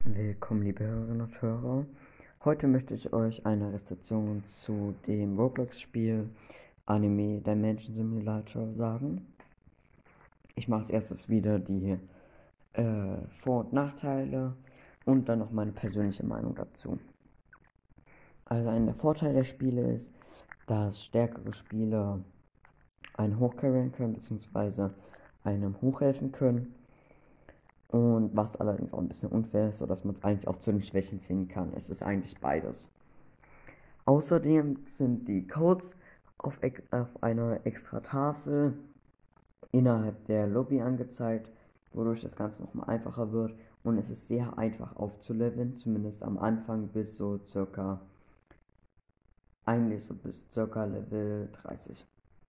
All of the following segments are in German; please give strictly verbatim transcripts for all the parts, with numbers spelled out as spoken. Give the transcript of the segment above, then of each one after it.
Willkommen, liebe Hörerinnen und Hörer. Heute möchte ich euch eine Rezension zu dem Roblox-Spiel Anime Dimension Simulator sagen. Ich mache als erstes wieder die äh, Vor- und Nachteile und dann noch meine persönliche Meinung dazu. Also ein der Vorteile der Spiele ist, dass stärkere Spieler einen hochcarryen können bzw. einem hochhelfen können. Und was allerdings auch ein bisschen unfair ist, sodass man es eigentlich auch zu den Schwächen ziehen kann. Es ist eigentlich beides. Außerdem sind die Codes auf, auf einer extra Tafel innerhalb der Lobby angezeigt, wodurch das Ganze nochmal einfacher wird. Und es ist sehr einfach aufzuleveln, zumindest am Anfang bis so circa, eigentlich so bis circa Level dreißig.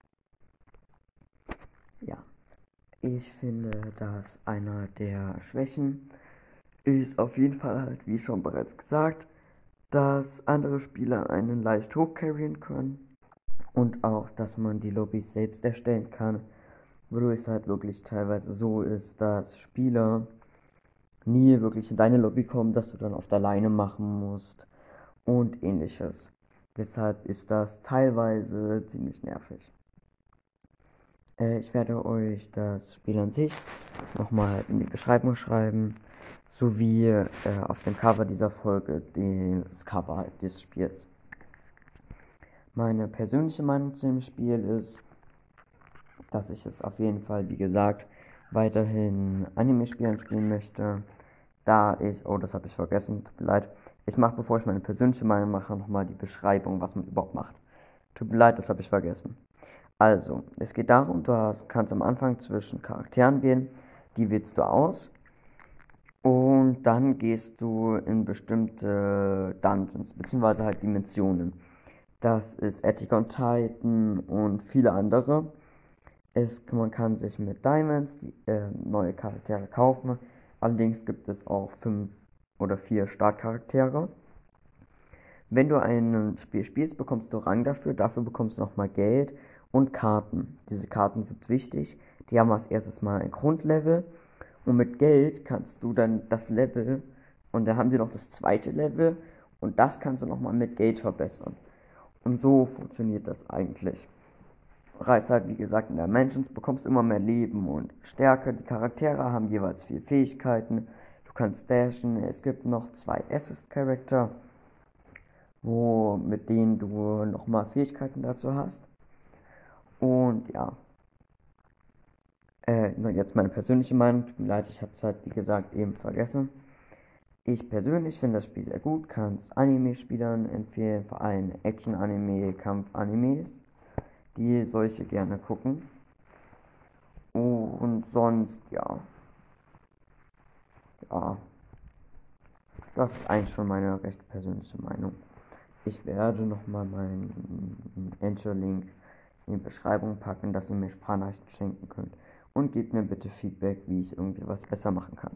Ja, ich finde, dass einer der Schwächen ist auf jeden Fall halt, wie schon bereits gesagt, dass andere Spieler einen leicht hochcarryen können und auch, dass man die Lobbys selbst erstellen kann, wodurch es halt wirklich teilweise so ist, dass Spieler nie wirklich in deine Lobby kommen, dass du dann auf der Leine machen musst und ähnliches. Deshalb ist das teilweise ziemlich nervig. Äh, ich werde euch das Spiel an sich nochmal in die Beschreibung schreiben, sowie äh, auf dem Cover dieser Folge das Cover des Spiels. Meine persönliche Meinung zu dem Spiel ist, dass ich es auf jeden Fall, wie gesagt, weiterhin Anime-Spielen spielen möchte, da ich, oh, das habe ich vergessen, tut mir leid, ich mache, bevor ich meine persönliche Meinung mache, nochmal die Beschreibung, was man überhaupt macht. Tut mir leid, das habe ich vergessen. Also, es geht darum, du hast, kannst am Anfang zwischen Charakteren wählen, die wählst du aus und dann gehst du in bestimmte Dungeons, beziehungsweise halt Dimensionen. Das ist Attack on Titan und viele andere. Es, man kann sich mit Diamonds die, äh, neue Charaktere kaufen. Allerdings gibt es auch fünf oder vier Startcharaktere. Wenn du ein Spiel spielst, bekommst du Rang dafür. Dafür bekommst du nochmal Geld und Karten. Diese Karten sind wichtig. Die haben als erstes mal ein Grundlevel. Und mit Geld kannst du dann das Level, und dann haben sie noch das zweite Level. Und das kannst du nochmal mit Geld verbessern. Und so funktioniert das eigentlich. Reist halt, wie gesagt, in Dimensions, bekommst immer mehr Leben und Stärke. Die Charaktere haben jeweils vier Fähigkeiten. Du kannst dashen. Es gibt noch zwei Assist-Charakter, wo, mit denen du nochmal Fähigkeiten dazu hast. Und ja. Äh, jetzt meine persönliche Meinung. Tut mir leid, ich habe es halt, wie gesagt, eben vergessen. Ich persönlich finde das Spiel sehr gut, kann es Anime-Spielern empfehlen, vor allem Action-Anime, Kampf-Animes, die solche gerne gucken. Und sonst, ja, ja, das ist eigentlich schon meine recht persönliche Meinung. Ich werde nochmal meinen Anchor-Link in die Beschreibung packen, dass ihr mir Sprachnachrichten schenken könnt. Und gebt mir bitte Feedback, wie ich irgendwie was besser machen kann.